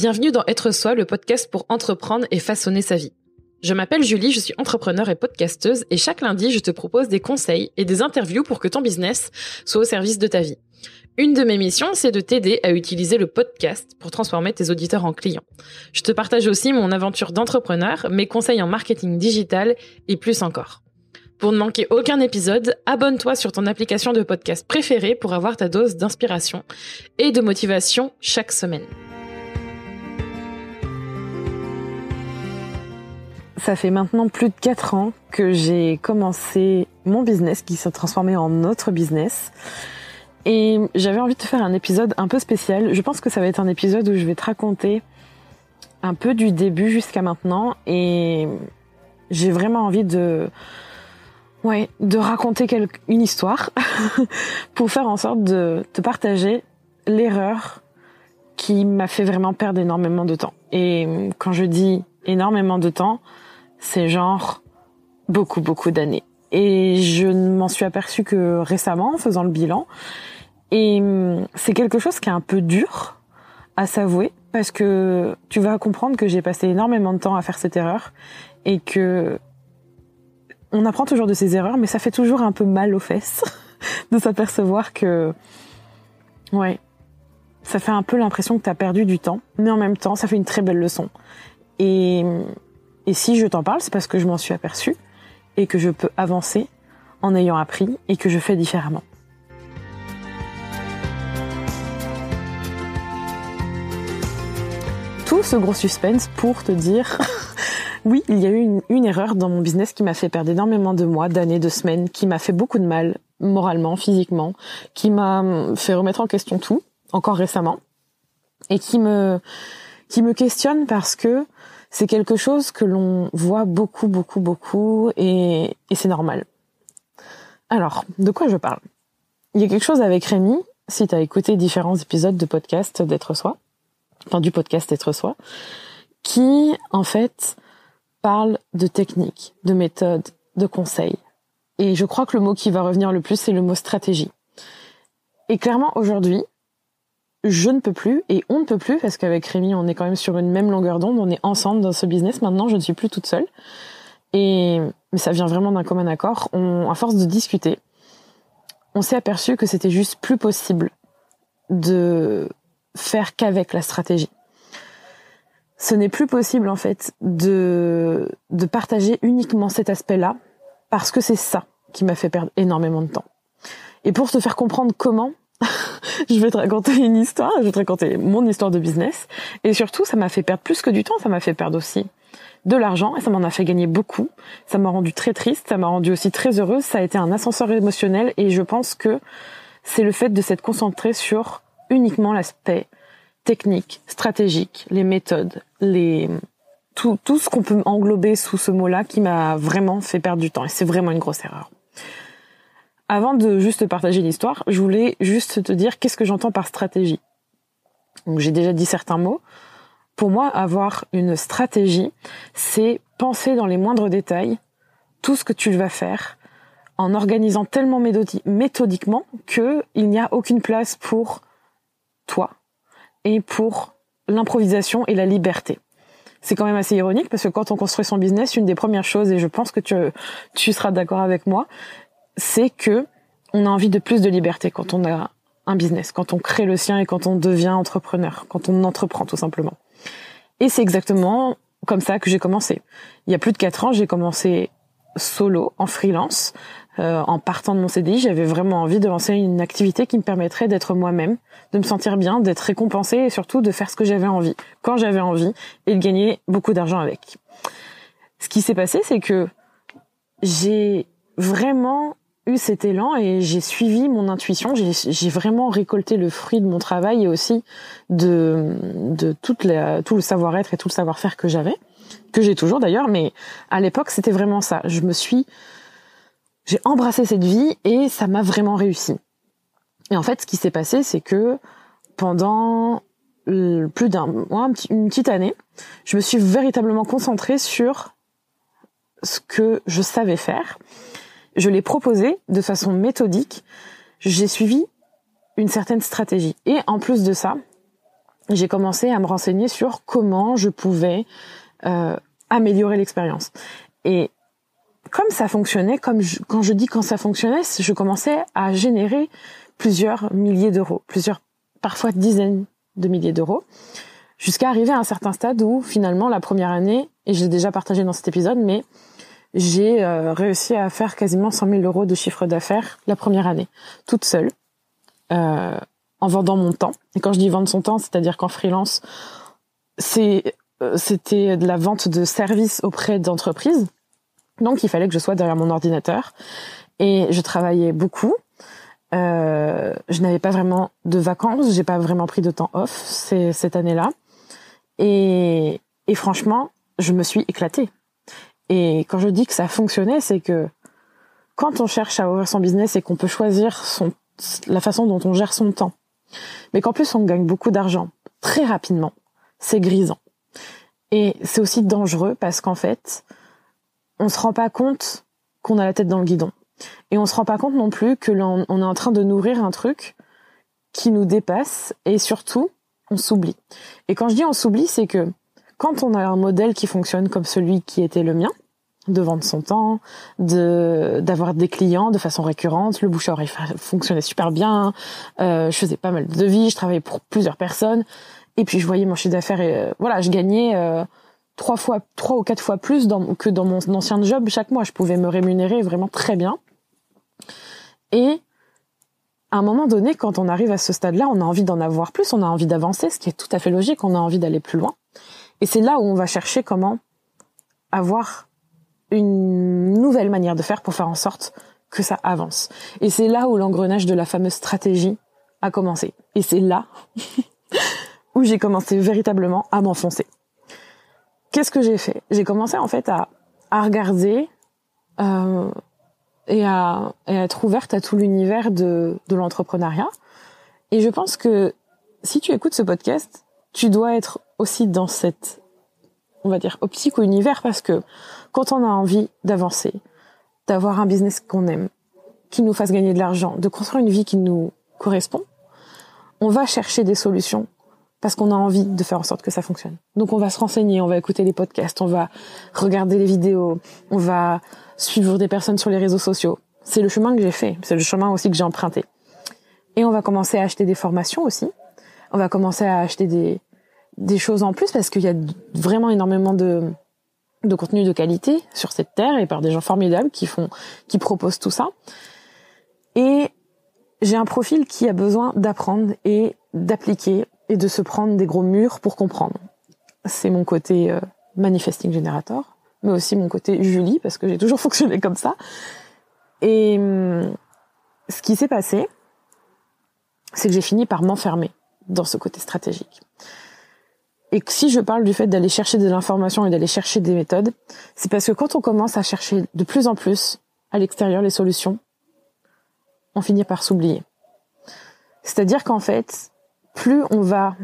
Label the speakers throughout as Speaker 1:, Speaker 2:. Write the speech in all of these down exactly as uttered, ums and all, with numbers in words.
Speaker 1: Bienvenue dans Être Soi, le podcast pour entreprendre et façonner sa vie. Je m'appelle Julie, je suis entrepreneur et podcasteuse et chaque lundi, je te propose des conseils et des interviews pour que ton business soit au service de ta vie. Une de mes missions, c'est de t'aider à utiliser le podcast pour transformer tes auditeurs en clients. Je te partage aussi mon aventure d'entrepreneur, mes conseils en marketing digital et plus encore. Pour ne manquer aucun épisode, abonne-toi sur ton application de podcast préférée pour avoir ta dose d'inspiration et de motivation chaque semaine.
Speaker 2: Ça fait maintenant plus de quatre ans que j'ai commencé mon business qui s'est transformé en notre business. Et j'avais envie de te faire un épisode un peu spécial. Je pense que ça va être un épisode où je vais te raconter un peu du début jusqu'à maintenant. Et j'ai vraiment envie de, ouais, de raconter quelque, une histoire pour faire en sorte de te partager l'erreur qui m'a fait vraiment perdre énormément de temps. Et quand je dis énormément de temps, c'est genre beaucoup, beaucoup d'années. Et je ne m'en suis aperçue que récemment en faisant le bilan. Et c'est quelque chose qui est un peu dur à s'avouer parce que tu vas comprendre que j'ai passé énormément de temps à faire cette erreur et que on apprend toujours de ses erreurs, mais ça fait toujours un peu mal aux fesses de s'apercevoir que, ouais, ça fait un peu l'impression que t'as perdu du temps, mais en même temps, ça fait une très belle leçon. Et, et si je t'en parle, c'est parce que je m'en suis aperçue et que je peux avancer en ayant appris et que je fais différemment. Tout ce gros suspense pour te dire, oui, il y a eu une, une erreur dans mon business qui m'a fait perdre énormément de mois, d'années, de semaines, qui m'a fait beaucoup de mal, moralement, physiquement, qui m'a fait remettre en question tout, encore récemment, et qui me, qui me questionne parce que c'est quelque chose que l'on voit beaucoup, beaucoup, beaucoup, et, et c'est normal. Alors, de quoi je parle ? Il y a quelque chose avec Rémi, si tu as écouté différents épisodes de podcast d'Être Soi, enfin du podcast Être Soi, qui, en fait, parle de technique, de méthode, de conseils. Et je crois que le mot qui va revenir le plus, c'est le mot stratégie. Et clairement, aujourd'hui, je ne peux plus, et on ne peut plus, parce qu'avec Rémi, on est quand même sur une même longueur d'onde, on est ensemble dans ce business, maintenant je ne suis plus toute seule. Et mais ça vient vraiment d'un commun accord. On, à force de discuter, on s'est aperçu que c'était juste plus possible de faire qu'avec la stratégie. Ce n'est plus possible, en fait, de, de partager uniquement cet aspect-là, parce que c'est ça qui m'a fait perdre énormément de temps. Et pour te faire comprendre comment, je vais te raconter une histoire, je vais te raconter mon histoire de business, et surtout, ça m'a fait perdre plus que du temps, ça m'a fait perdre aussi de l'argent, et ça m'en a fait gagner beaucoup. Ça m'a rendu très triste, ça m'a rendu aussi très heureuse, ça a été un ascenseur émotionnel, et je pense que c'est le fait de s'être concentré sur uniquement l'aspect technique, stratégique, les méthodes, les tout tout ce qu'on peut englober sous ce mot-là qui m'a vraiment fait perdre du temps, et c'est vraiment une grosse erreur. Avant de juste te partager l'histoire, je voulais juste te dire qu'est-ce que j'entends par stratégie. Donc j'ai déjà dit certains mots. Pour moi, avoir une stratégie, c'est penser dans les moindres détails tout ce que tu vas faire en organisant tellement méthodi- méthodiquement que il n'y a aucune place pour toi et pour l'improvisation et la liberté. C'est quand même assez ironique parce que quand on construit son business, une des premières choses, et je pense que tu, tu seras d'accord avec moi, c'est que on a envie de plus de liberté quand on a un business, quand on crée le sien et quand on devient entrepreneur, quand on entreprend tout simplement. Et c'est exactement comme ça que j'ai commencé. Il y a plus de quatre ans, j'ai commencé solo, en freelance, euh, en partant de mon C D I. J'avais vraiment envie de lancer une activité qui me permettrait d'être moi-même, de me sentir bien, d'être récompensée et surtout de faire ce que j'avais envie, quand j'avais envie, et de gagner beaucoup d'argent avec. Ce qui s'est passé, c'est que j'ai vraiment eu cet élan et j'ai suivi mon intuition, j'ai, j'ai vraiment récolté le fruit de mon travail et aussi de, de toute la, tout le savoir-être et tout le savoir-faire que j'avais, que j'ai toujours d'ailleurs, mais à l'époque c'était vraiment ça. Je me suis, j'ai embrassé cette vie et ça m'a vraiment réussi. Et en fait, ce qui s'est passé, c'est que pendant plus d'un mois, une petite année, je me suis véritablement concentrée sur ce que je savais faire. Je l'ai proposé de façon méthodique. J'ai suivi une certaine stratégie. Et en plus de ça, j'ai commencé à me renseigner sur comment je pouvais euh, améliorer l'expérience. Et comme ça fonctionnait, comme je, quand je dis quand ça fonctionnait, je commençais à générer plusieurs milliers d'euros, plusieurs, parfois dizaines de milliers d'euros, jusqu'à arriver à un certain stade où finalement la première année, et j'ai déjà partagé dans cet épisode, mais j'ai euh, réussi à faire quasiment cent mille euros de chiffre d'affaires la première année, toute seule, euh, en vendant mon temps. Et quand je dis vendre son temps, c'est-à-dire qu'en freelance, c'est, euh, c'était de la vente de services auprès d'entreprises. Donc il fallait que je sois derrière mon ordinateur et je travaillais beaucoup. Euh, je n'avais pas vraiment de vacances, j'ai pas vraiment pris de temps off c'est, cette année-là. Et, et franchement, je me suis éclatée. Et quand je dis que ça fonctionnait, c'est que quand on cherche à ouvrir son business et qu'on peut choisir son, la façon dont on gère son temps, mais qu'en plus on gagne beaucoup d'argent très rapidement, c'est grisant. Et c'est aussi dangereux parce qu'en fait, on se rend pas compte qu'on a la tête dans le guidon. Et on se rend pas compte non plus que l'on on est en train de nourrir un truc qui nous dépasse et surtout, on s'oublie. Et quand je dis on s'oublie, c'est que quand on a un modèle qui fonctionne comme celui qui était le mien, de vendre son temps, de d'avoir des clients de façon récurrente, le bouche à oreille fonctionnait super bien, euh, je faisais pas mal de devis, je travaillais pour plusieurs personnes, et puis je voyais mon chiffre d'affaires et euh, voilà, je gagnais euh, trois fois, trois ou quatre fois plus dans, que dans mon ancien job chaque mois. Je pouvais me rémunérer vraiment très bien. Et à un moment donné, quand on arrive à ce stade-là, on a envie d'en avoir plus, on a envie d'avancer, ce qui est tout à fait logique, on a envie d'aller plus loin. Et c'est là où on va chercher comment avoir une nouvelle manière de faire pour faire en sorte que ça avance. Et c'est là où l'engrenage de la fameuse stratégie a commencé. Et c'est là où j'ai commencé véritablement à m'enfoncer. Qu'est-ce que j'ai fait ? J'ai commencé en fait à, à regarder euh, et, à, et à être ouverte à tout l'univers de, de l'entrepreneuriat. Et je pense que si tu écoutes ce podcast, tu dois être aussi dans cette, on va dire, optique ou univers, parce que quand on a envie d'avancer, d'avoir un business qu'on aime, qui nous fasse gagner de l'argent, de construire une vie qui nous correspond, on va chercher des solutions parce qu'on a envie de faire en sorte que ça fonctionne. Donc on va se renseigner, on va écouter les podcasts, on va regarder les vidéos, on va suivre des personnes sur les réseaux sociaux. C'est le chemin que j'ai fait, c'est le chemin aussi que j'ai emprunté. Et on va commencer à acheter des formations aussi. On va commencer à acheter des des choses en plus parce qu'il y a vraiment énormément de de contenu de qualité sur cette terre et par des gens formidables qui font qui proposent tout ça. Et j'ai un profil qui a besoin d'apprendre et d'appliquer et de se prendre des gros murs pour comprendre. C'est mon côté euh, manifesting generator, mais aussi mon côté Julie, parce que j'ai toujours fonctionné comme ça. Et hum, ce qui s'est passé, c'est que j'ai fini par m'enfermer dans ce côté stratégique. Et si je parle du fait d'aller chercher de l'information et d'aller chercher des méthodes, c'est parce que quand on commence à chercher de plus en plus à l'extérieur les solutions, on finit par s'oublier. C'est-à-dire qu'en fait, plus on va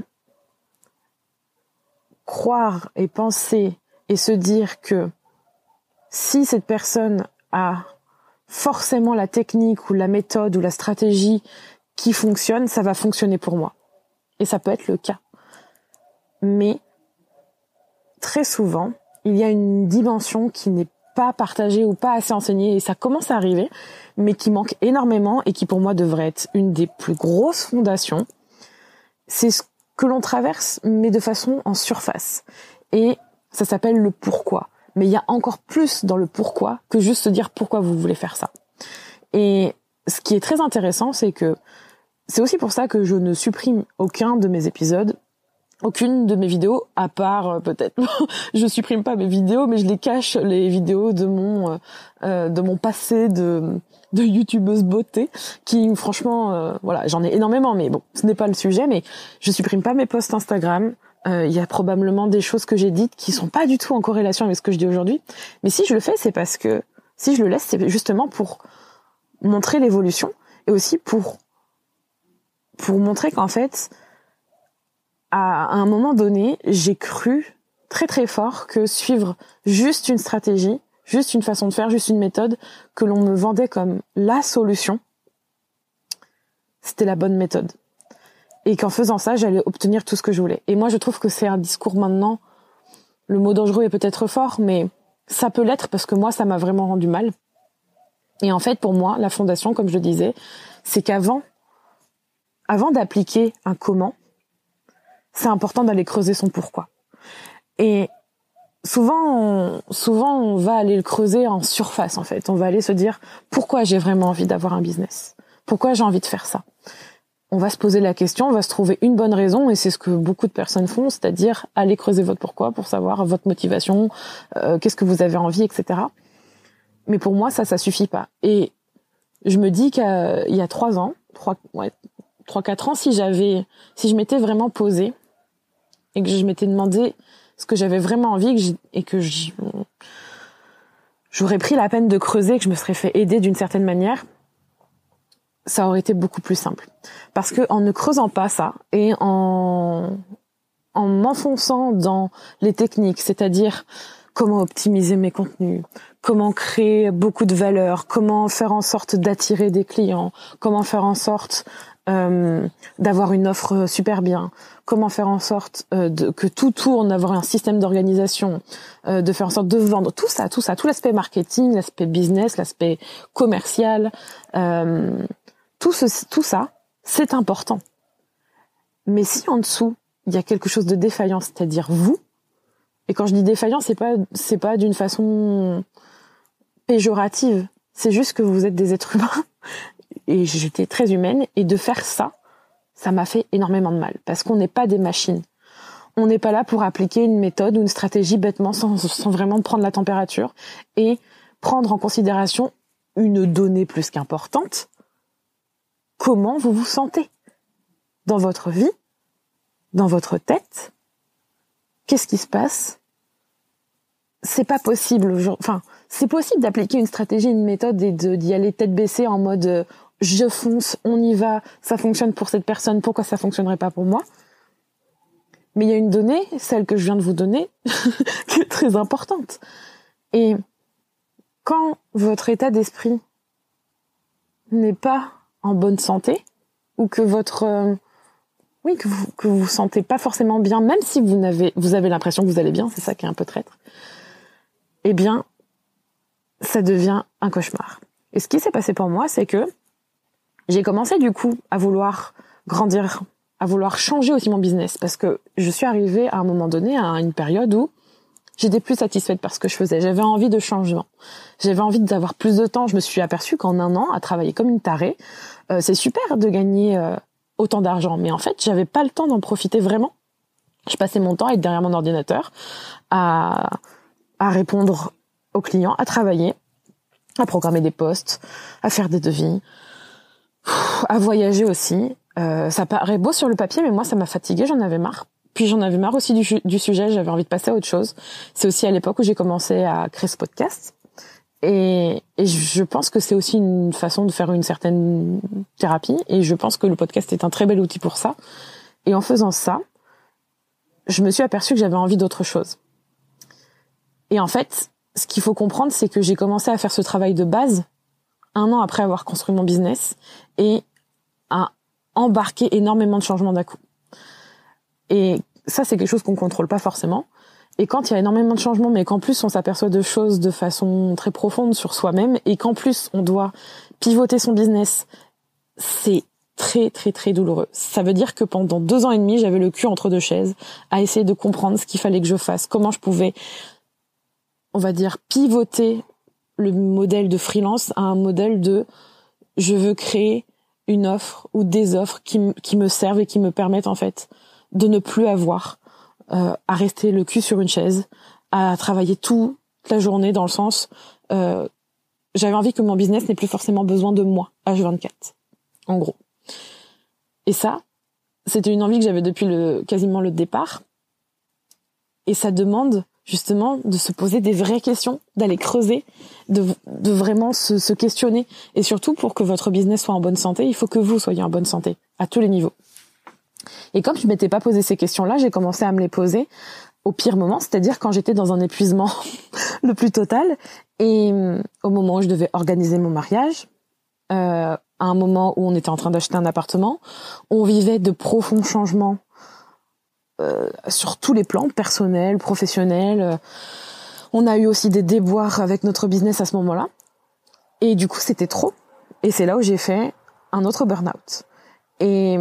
Speaker 2: croire et penser et se dire que si cette personne a forcément la technique ou la méthode ou la stratégie qui fonctionne, ça va fonctionner pour moi. Et ça peut être le cas. Mais très souvent, il y a une dimension qui n'est pas partagée ou pas assez enseignée, et ça commence à arriver, mais qui manque énormément et qui pour moi devrait être une des plus grosses fondations. C'est ce que l'on traverse, mais de façon en surface. Et ça s'appelle le pourquoi. Mais il y a encore plus dans le pourquoi que juste se dire pourquoi vous voulez faire ça. Et ce qui est très intéressant, c'est que c'est aussi pour ça que je ne supprime aucun de mes épisodes, aucune de mes vidéos, à part euh, peut-être, je supprime pas mes vidéos, mais je les cache, les vidéos de mon euh, de mon passé de de youtubeuse beauté, qui franchement, euh, voilà, j'en ai énormément, mais bon, ce n'est pas le sujet. Mais je supprime pas mes posts Instagram. Il euh, y a probablement des choses que j'ai dites qui sont pas du tout en corrélation avec ce que je dis aujourd'hui. Mais si je le fais, c'est parce que si je le laisse, c'est justement pour montrer l'évolution et aussi pour pour montrer qu'en fait, à un moment donné, j'ai cru très très fort que suivre juste une stratégie, juste une façon de faire, juste une méthode que l'on me vendait comme la solution, c'était la bonne méthode. et qu'en faisant ça, j'allais obtenir tout ce que je voulais. Et moi, je trouve que c'est un discours maintenant, le mot dangereux est peut-être fort, mais ça peut l'être parce que moi, ça m'a vraiment rendu mal. Et en fait, pour moi, la fondation, comme je le disais, c'est qu'avant, avant d'appliquer un comment, c'est important d'aller creuser son pourquoi. Et souvent, on, souvent, on va aller le creuser en surface, en fait. On va aller se dire, pourquoi j'ai vraiment envie d'avoir un business? Pourquoi j'ai envie de faire ça? On va se poser la question, on va se trouver une bonne raison, et c'est ce que beaucoup de personnes font, c'est-à-dire aller creuser votre pourquoi pour savoir votre motivation, euh, qu'est-ce que vous avez envie, et cetera. Mais pour moi, ça, ça suffit pas. Et je me dis qu'il y a trois ans, trois, ouais, trois, quatre ans, si j'avais, si je m'étais vraiment posée et que je m'étais demandé ce que j'avais vraiment envie et que, et que j'aurais pris la peine de creuser, que je me serais fait aider d'une certaine manière, ça aurait été beaucoup plus simple. Parce que en ne creusant pas ça et en, en m'enfonçant dans les techniques, c'est-à-dire comment optimiser mes contenus, comment créer beaucoup de valeur, comment faire en sorte d'attirer des clients, comment faire en sorte euh, d'avoir une offre super bien, comment faire en sorte euh, de, que tout tourne, d'avoir un système d'organisation, euh, de faire en sorte de vendre, tout ça, tout ça, tout l'aspect marketing, l'aspect business, l'aspect commercial, euh, tout, ce, tout ça, c'est important. Mais si en dessous, il y a quelque chose de défaillant, c'est-à-dire vous, et quand je dis défaillant, c'est pas, c'est pas d'une façon péjorative, c'est juste que vous êtes des êtres humains, et j'étais très humaine, et de faire ça, ça m'a fait énormément de mal, parce qu'on n'est pas des machines. On n'est pas là pour appliquer une méthode ou une stratégie bêtement sans, sans vraiment prendre la température et prendre en considération une donnée plus qu'importante. Comment vous vous sentez dans votre vie, dans votre tête? Qu'est-ce qui se passe? C'est pas possible. Enfin, c'est possible d'appliquer une stratégie, une méthode et de, d'y aller tête baissée en mode euh, je fonce, on y va, ça fonctionne pour cette personne, pourquoi ça fonctionnerait pas pour moi? Mais il y a une donnée, celle que je viens de vous donner, qui est très importante. Et quand votre état d'esprit n'est pas en bonne santé, ou que votre euh, oui que vous que vous vous sentez pas forcément bien, même si vous n'avez vous avez l'impression que vous allez bien, c'est ça qui est un peu traître, eh bien ça devient un cauchemar. Et ce qui s'est passé pour moi, c'est que j'ai commencé du coup à vouloir grandir, à vouloir changer aussi mon business, parce que je suis arrivée à un moment donné à une période où j'étais plus satisfaite par ce que je faisais. J'avais envie de changement. J'avais envie d'avoir plus de temps. Je me suis aperçue qu'en un an, à travailler comme une tarée, euh, c'est super de gagner euh, autant d'argent. Mais en fait, j'avais pas le temps d'en profiter vraiment. Je passais mon temps à être derrière mon ordinateur, à, à répondre aux clients, à travailler, à programmer des posts, à faire des devis, à voyager aussi. Euh, ça paraît beau sur le papier, mais moi, ça m'a fatiguée. J'en avais marre. Puis j'en avais marre aussi du, du sujet, j'avais envie de passer à autre chose. C'est aussi à l'époque où j'ai commencé à créer ce podcast. Et, et je pense que c'est aussi une façon de faire une certaine thérapie. Et je pense que le podcast est un très bel outil pour ça. Et en faisant ça, je me suis aperçue que j'avais envie d'autre chose. Et en fait, ce qu'il faut comprendre, c'est que j'ai commencé à faire ce travail de base un an après avoir construit mon business et à embarquer énormément de changements d'un coup. Et ça, c'est quelque chose qu'on contrôle pas forcément. Et quand il y a énormément de changements, mais qu'en plus on s'aperçoit de choses de façon très profonde sur soi-même, et qu'en plus on doit pivoter son business, c'est très très très douloureux. Ça veut dire que pendant deux ans et demi, j'avais le cul entre deux chaises, à essayer de comprendre ce qu'il fallait que je fasse, comment je pouvais, on va dire, pivoter le modèle de freelance à un modèle de je veux créer une offre ou des offres qui, m- qui me servent et qui me permettent en fait de ne plus avoir euh, à rester le cul sur une chaise, à travailler toute la journée dans le sens euh, j'avais envie que mon business n'ait plus forcément besoin de moi H vingt-quatre, en gros. Et ça, c'était une envie que j'avais depuis le quasiment le départ. Et ça demande justement de se poser des vraies questions, d'aller creuser, de, de vraiment se, se questionner. Et surtout, pour que votre business soit en bonne santé, il faut que vous soyez en bonne santé, à tous les niveaux. Et comme je m'étais pas posé ces questions-là, j'ai commencé à me les poser au pire moment, c'est-à-dire quand j'étais dans un épuisement le plus total, et au moment où je devais organiser mon mariage, euh, à un moment où on était en train d'acheter un appartement. On vivait de profonds changements euh, sur tous les plans, personnels, professionnels. On a eu aussi des déboires avec notre business à ce moment-là. Et du coup, c'était trop. Et c'est là où j'ai fait un autre burn-out. Et,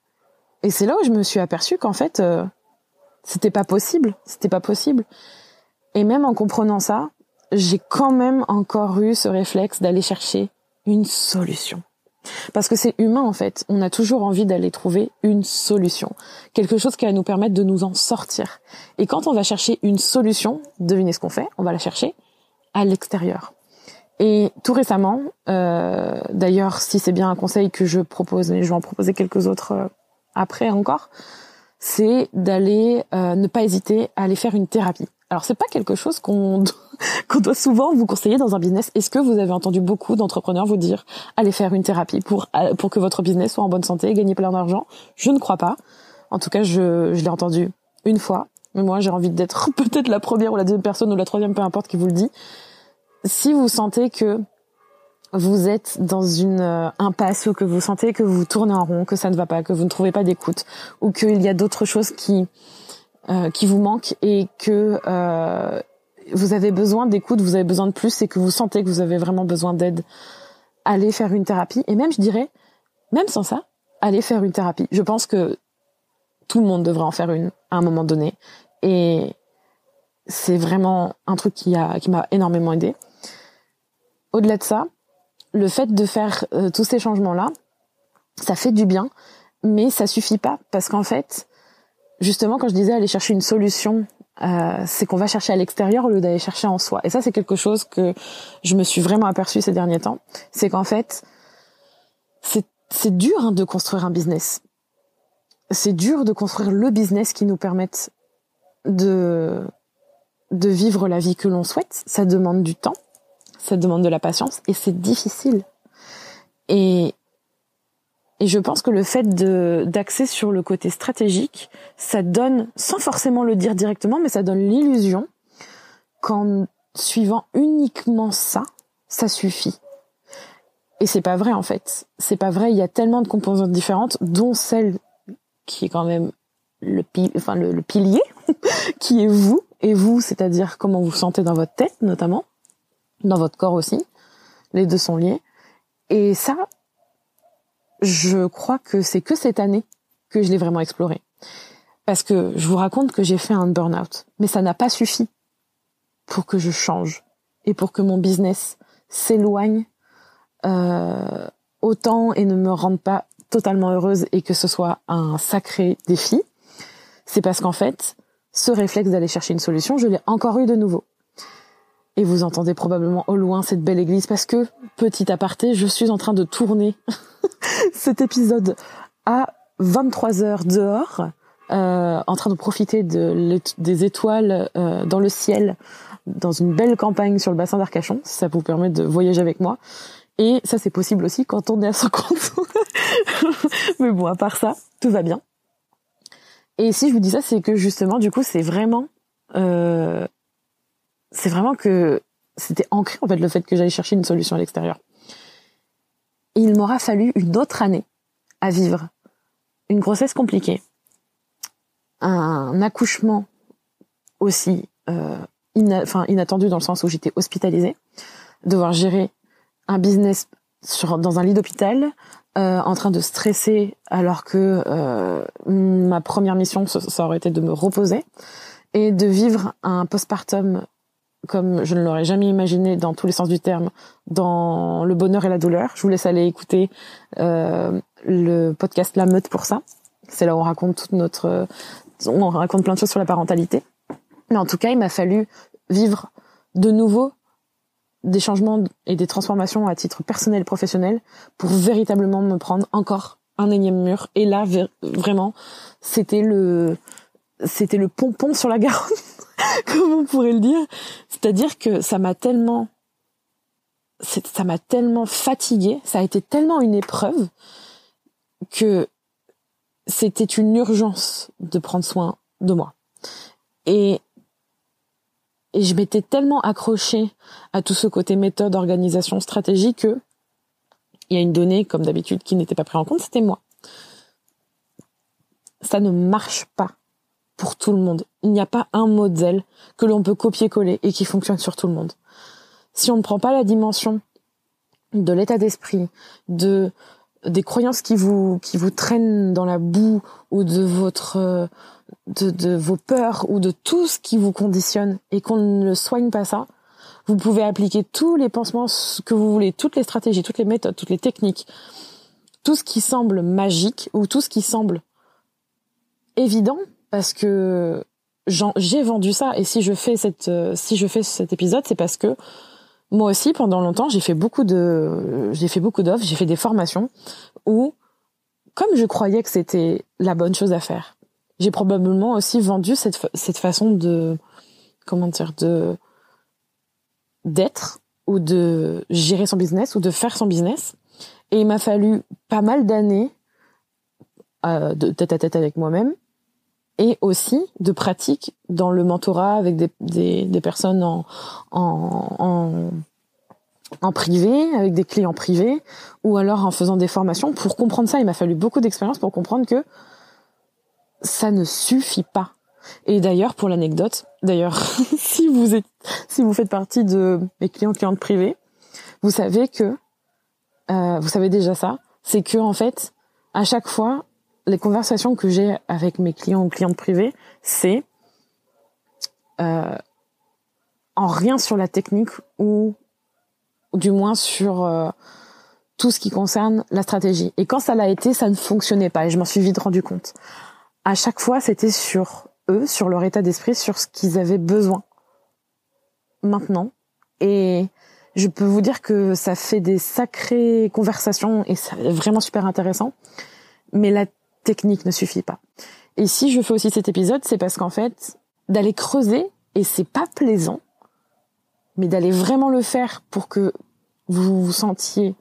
Speaker 2: et c'est là où je me suis aperçue qu'en fait, euh, c'était pas possible. C'était pas possible. Et même en comprenant ça, j'ai quand même encore eu ce réflexe d'aller chercher une solution. Parce que c'est humain en fait, on a toujours envie d'aller trouver une solution, quelque chose qui va nous permettre de nous en sortir. Et quand on va chercher une solution, devinez ce qu'on fait, on va la chercher à l'extérieur. Et tout récemment, euh, d'ailleurs si c'est bien un conseil que je propose, et je vais en proposer quelques autres euh, après encore, c'est d'aller, euh, ne pas hésiter à aller faire une thérapie. Alors c'est pas quelque chose qu'on qu'on doit souvent vous conseiller dans un business. Est-ce que vous avez entendu beaucoup d'entrepreneurs vous dire allez faire une thérapie pour pour que votre business soit en bonne santé, gagner plein d'argent? Je ne crois pas. En tout cas, je je l'ai entendu une fois. Mais moi, j'ai envie d'être peut-être la première ou la deuxième personne ou la troisième, peu importe, qui vous le dit. Si vous sentez que vous êtes dans une euh, impasse ou que vous sentez que vous tournez en rond, que ça ne va pas, que vous ne trouvez pas d'écoute ou qu'il y a d'autres choses qui Euh, qui vous manque et que euh, vous avez besoin d'écoute, vous avez besoin de plus et que vous sentez que vous avez vraiment besoin d'aide, allez faire une thérapie. Et même, je dirais, même sans ça, allez faire une thérapie. Je pense que tout le monde devrait en faire une à un moment donné. Et c'est vraiment un truc qui a qui m'a énormément aidé. Au-delà de ça, le fait de faire euh, tous ces changements-là, ça fait du bien, mais ça suffit pas parce qu'en fait, justement, quand je disais aller chercher une solution, euh, c'est qu'on va chercher à l'extérieur au lieu d'aller chercher en soi. Et ça, c'est quelque chose que je me suis vraiment aperçue ces derniers temps. C'est qu'en fait, c'est, c'est dur hein, de construire un business. C'est dur de construire le business qui nous permette de, de vivre la vie que l'on souhaite. Ça demande du temps, ça demande de la patience et c'est difficile. Et Et je pense que le fait de d'axer sur le côté stratégique, ça donne, sans forcément le dire directement, mais ça donne l'illusion qu'en suivant uniquement ça, ça suffit. Et c'est pas vrai en fait. C'est pas vrai. Il y a tellement de composantes différentes, dont celle qui est quand même le pi- enfin le, le pilier, qui est vous et vous, c'est-à-dire comment vous vous sentez dans votre tête notamment, dans votre corps aussi. Les deux sont liés. Et ça, je crois que c'est que cette année que je l'ai vraiment exploré. Parce que je vous raconte que j'ai fait un burn-out. Mais ça n'a pas suffi pour que je change. Et pour que mon business s'éloigne euh, autant et ne me rende pas totalement heureuse et que ce soit un sacré défi. C'est parce qu'en fait, ce réflexe d'aller chercher une solution, je l'ai encore eu de nouveau. Et vous entendez probablement au loin cette belle église parce que, petit aparté, je suis en train de tourner cet épisode à vingt-trois heures dehors, euh, en train de profiter de des étoiles euh, dans le ciel, dans une belle campagne sur le bassin d'Arcachon. Ça vous permet de voyager avec moi. Et ça, c'est possible aussi quand on est à son compte. Mais bon, à part ça, tout va bien. Et si je vous dis ça, c'est que justement, du coup, c'est vraiment... Euh, c'est vraiment que c'était ancré, en fait, le fait que j'allais chercher une solution à l'extérieur. Et il m'aura fallu une autre année à vivre une grossesse compliquée, un accouchement aussi euh, ina- enfin, inattendu dans le sens où j'étais hospitalisée, devoir gérer un business sur, dans un lit d'hôpital, euh, en train de stresser alors que euh, ma première mission, ça, ça aurait été de me reposer, et de vivre un postpartum comme je ne l'aurais jamais imaginé dans tous les sens du terme, dans le bonheur et la douleur. Je vous laisse aller écouter euh, le podcast La Meute pour ça. C'est là où on raconte toute notre... On raconte plein de choses sur la parentalité. Mais en tout cas, il m'a fallu vivre de nouveau des changements et des transformations à titre personnel et professionnel pour véritablement me prendre encore un énième mur. Et là, vraiment, c'était le... c'était le pompon sur la Garonne, comme on pourrait le dire. C'est-à-dire que ça m'a tellement, ça m'a tellement fatiguée, ça a été tellement une épreuve que c'était une urgence de prendre soin de moi. Et, et je m'étais tellement accrochée à tout ce côté méthode, organisation, stratégie que il y a une donnée, comme d'habitude, qui n'était pas prise en compte, c'était moi. Ça ne marche pas pour tout le monde. Il n'y a pas un modèle que l'on peut copier-coller et qui fonctionne sur tout le monde. Si on ne prend pas la dimension de l'état d'esprit, de des croyances qui vous qui vous traînent dans la boue, ou de votre de, de vos peurs, ou de tout ce qui vous conditionne, et qu'on ne soigne pas ça, vous pouvez appliquer tous les pansements que vous voulez, toutes les stratégies, toutes les méthodes, toutes les techniques, tout ce qui semble magique ou tout ce qui semble évident, parce que j'en, j'ai vendu ça, et si je fais cette si je fais cet épisode, c'est parce que moi aussi, pendant longtemps, j'ai fait beaucoup de, j'ai fait beaucoup d'offres, j'ai fait des formations où, comme je croyais que c'était la bonne chose à faire, j'ai probablement aussi vendu cette, cette façon de, comment dire, de, d'être, ou de gérer son business, ou de faire son business. Et il m'a fallu pas mal d'années, euh, de tête à tête avec moi-même, et aussi de pratique dans le mentorat avec des, des, des personnes en, en, en, en privé, avec des clients privés, ou alors en faisant des formations. Pour comprendre ça, il m'a fallu beaucoup d'expérience pour comprendre que ça ne suffit pas. Et d'ailleurs, pour l'anecdote, d'ailleurs, si vous êtes, si vous faites partie de mes clients, clientes privées, vous savez que, euh, vous savez déjà ça, c'est que, en fait, à chaque fois, les conversations que j'ai avec mes clients ou clientes privées, c'est euh, en rien sur la technique, ou, ou du moins sur euh, tout ce qui concerne la stratégie. Et quand ça l'a été, ça ne fonctionnait pas, et je m'en suis vite rendu compte. À chaque fois, c'était sur eux, sur leur état d'esprit, sur ce qu'ils avaient besoin maintenant. Et je peux vous dire que ça fait des sacrées conversations, et c'est vraiment super intéressant. Mais la technique ne suffit pas. Et si je fais aussi cet épisode, c'est parce qu'en fait, d'aller creuser, et c'est pas plaisant, mais d'aller vraiment le faire pour que vous vous sentiez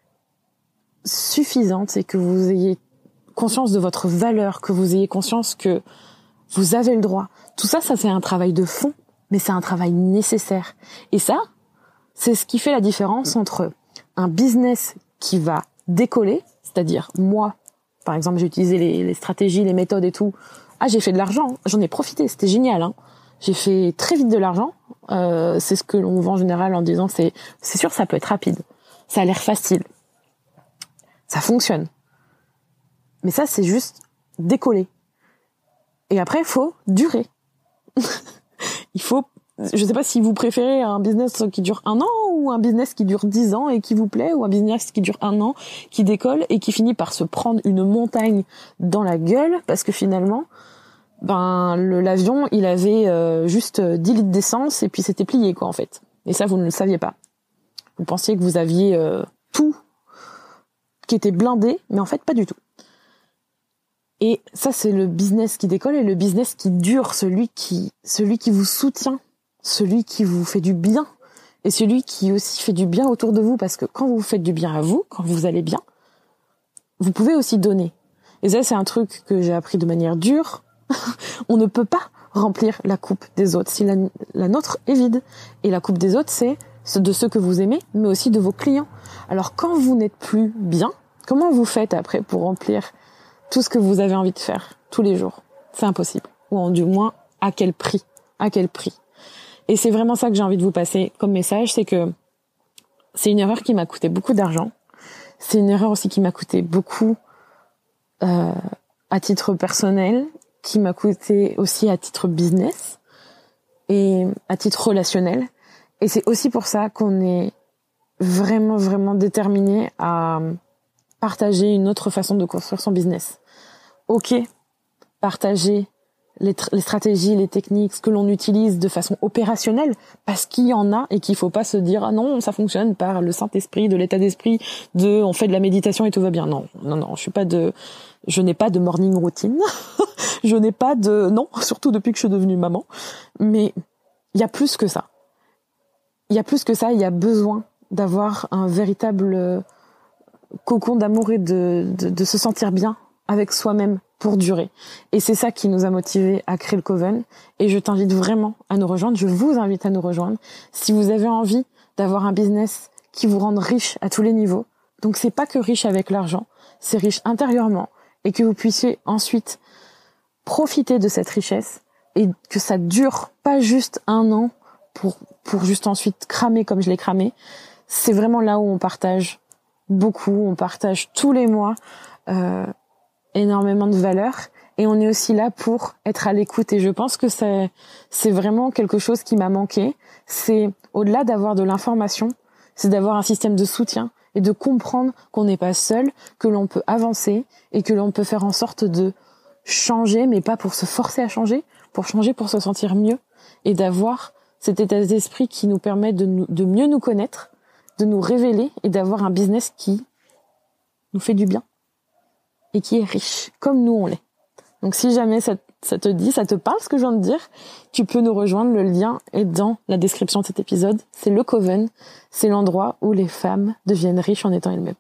Speaker 2: suffisante, et que vous ayez conscience de votre valeur, que vous ayez conscience que vous avez le droit. Tout ça, ça c'est un travail de fond, mais c'est un travail nécessaire. Et ça, c'est ce qui fait la différence entre un business qui va décoller, c'est-à-dire moi, par exemple, j'ai utilisé les, les stratégies, les méthodes et tout. Ah, j'ai fait de l'argent, j'en ai profité, c'était génial. Hein. J'ai fait très vite de l'argent. Euh, c'est ce que l'on vend en général en disant c'est c'est sûr, ça peut être rapide, ça a l'air facile, ça fonctionne. Mais ça, c'est juste décoller. Et après, il faut durer. Il faut, je sais pas si vous préférez un business qui dure un an, ou un business qui dure dix ans et qui vous plaît, ou un business qui dure un an, qui décolle et qui finit par se prendre une montagne dans la gueule, parce que finalement, ben, le, l'avion, il avait euh, juste dix litres d'essence et puis c'était plié, quoi, en fait. Et ça, vous ne le saviez pas. Vous pensiez que vous aviez euh, tout qui était blindé, mais en fait, pas du tout. Et ça, c'est le business qui décolle, et le business qui dure, celui qui, celui qui vous soutient, celui qui vous fait du bien, et celui qui aussi fait du bien autour de vous, parce que quand vous faites du bien à vous, quand vous allez bien, vous pouvez aussi donner. Et ça, c'est un truc que j'ai appris de manière dure. On ne peut pas remplir la coupe des autres si la, la nôtre est vide. Et la coupe des autres, c'est de ceux que vous aimez, mais aussi de vos clients. Alors, quand vous n'êtes plus bien, comment vous faites après pour remplir tout ce que vous avez envie de faire tous les jours? C'est impossible. Ou en du moins, à quel prix? À quel prix? Et c'est vraiment ça que j'ai envie de vous passer comme message, c'est que c'est une erreur qui m'a coûté beaucoup d'argent. C'est une erreur aussi qui m'a coûté beaucoup euh, à titre personnel, qui m'a coûté aussi à titre business et à titre relationnel. Et c'est aussi pour ça qu'on est vraiment, vraiment déterminé à partager une autre façon de construire son business. Ok, partager les, tr- les stratégies, les techniques, ce que l'on utilise de façon opérationnelle, parce qu'il y en a, et qu'il faut pas se dire ah non, ça fonctionne par le Saint-Esprit, de l'état d'esprit, de on fait de la méditation et tout va bien. Non, non, non, je suis pas de, je n'ai pas de morning routine, je n'ai pas de, non, surtout depuis que je suis devenue maman. Mais il y a plus que ça. Il y a plus que ça. Il y a besoin d'avoir un véritable cocon d'amour et de, de, de se sentir bien avec soi-même pour durer. Et c'est ça qui nous a motivés à créer le Coven. Et je t'invite vraiment à nous rejoindre. Je vous invite à nous rejoindre. Si vous avez envie d'avoir un business qui vous rende riche à tous les niveaux, Donc c'est pas que riche avec l'argent, c'est riche intérieurement et que vous puissiez ensuite profiter de cette richesse et que ça dure pas juste un an pour pour juste ensuite cramer comme je l'ai cramé. C'est vraiment là où on partage beaucoup, on partage tous les mois euh, énormément de valeurs et on est aussi là pour être à l'écoute et je pense que c'est c'est vraiment quelque chose qui m'a manqué. C'est au-delà d'avoir de l'information, c'est d'avoir un système de soutien et de comprendre qu'on n'est pas seul, que l'on peut avancer et que l'on peut faire en sorte de changer, mais pas pour se forcer à changer, pour changer pour se sentir mieux et d'avoir cet état d'esprit qui nous permet de, nous, de mieux nous connaître, de nous révéler et d'avoir un business qui nous fait du bien et qui est riche, comme nous on l'est. Donc si jamais ça, ça te dit, ça te parle ce que je viens de dire, tu peux nous rejoindre, le lien est dans la description de cet épisode. C'est le Coven, c'est l'endroit où les femmes deviennent riches en étant elles-mêmes.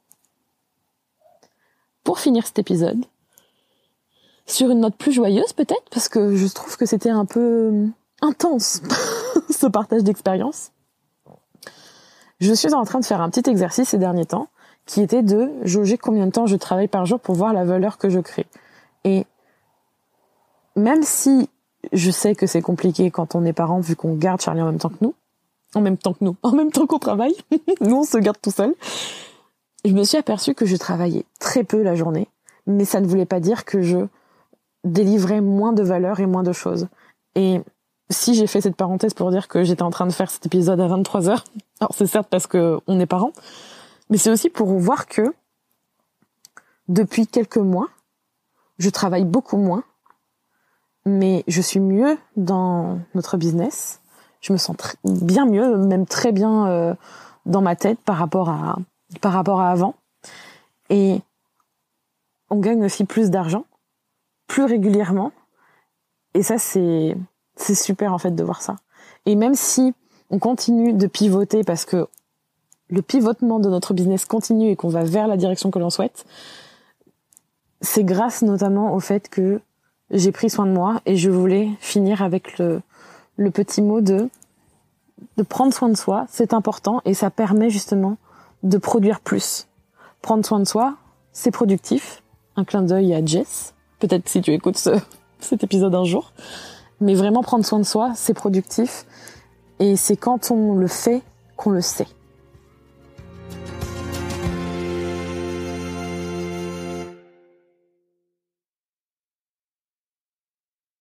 Speaker 2: Pour finir cet épisode, sur une note plus joyeuse peut-être, parce que je trouve que c'était un peu intense ce partage d'expérience, je suis en train de faire un petit exercice ces derniers temps, qui était de jauger combien de temps je travaille par jour pour voir la valeur que je crée. Et même si je sais que c'est compliqué quand on est parent, vu qu'on garde Charlie en même temps que nous, en même temps que nous, en même temps qu'on travaille, nous on se garde tout seul, je me suis aperçue que je travaillais très peu la journée, mais ça ne voulait pas dire que je délivrais moins de valeur et moins de choses. Et si j'ai fait cette parenthèse pour dire que j'étais en train de faire cet épisode à vingt-trois heures, alors c'est certes parce que on est parents, mais c'est aussi pour voir que depuis quelques mois, je travaille beaucoup moins, mais je suis mieux dans notre business. Je me sens tr- bien mieux, même très bien euh, dans ma tête par rapport à par rapport à avant. Et on gagne aussi plus d'argent, plus régulièrement. Et ça, c'est c'est super en fait de voir ça. Et même si on continue de pivoter parce que le pivotement de notre business continue et qu'on va vers la direction que l'on souhaite, c'est grâce notamment au fait que j'ai pris soin de moi et je voulais finir avec le, le petit mot de, de prendre soin de soi. C'est important et ça permet justement de produire plus. Prendre soin de soi, c'est productif. Un clin d'œil à Jess. Peut-être si tu écoutes ce, cet épisode un jour. Mais vraiment prendre soin de soi, c'est productif. Et c'est quand on le fait qu'on le sait.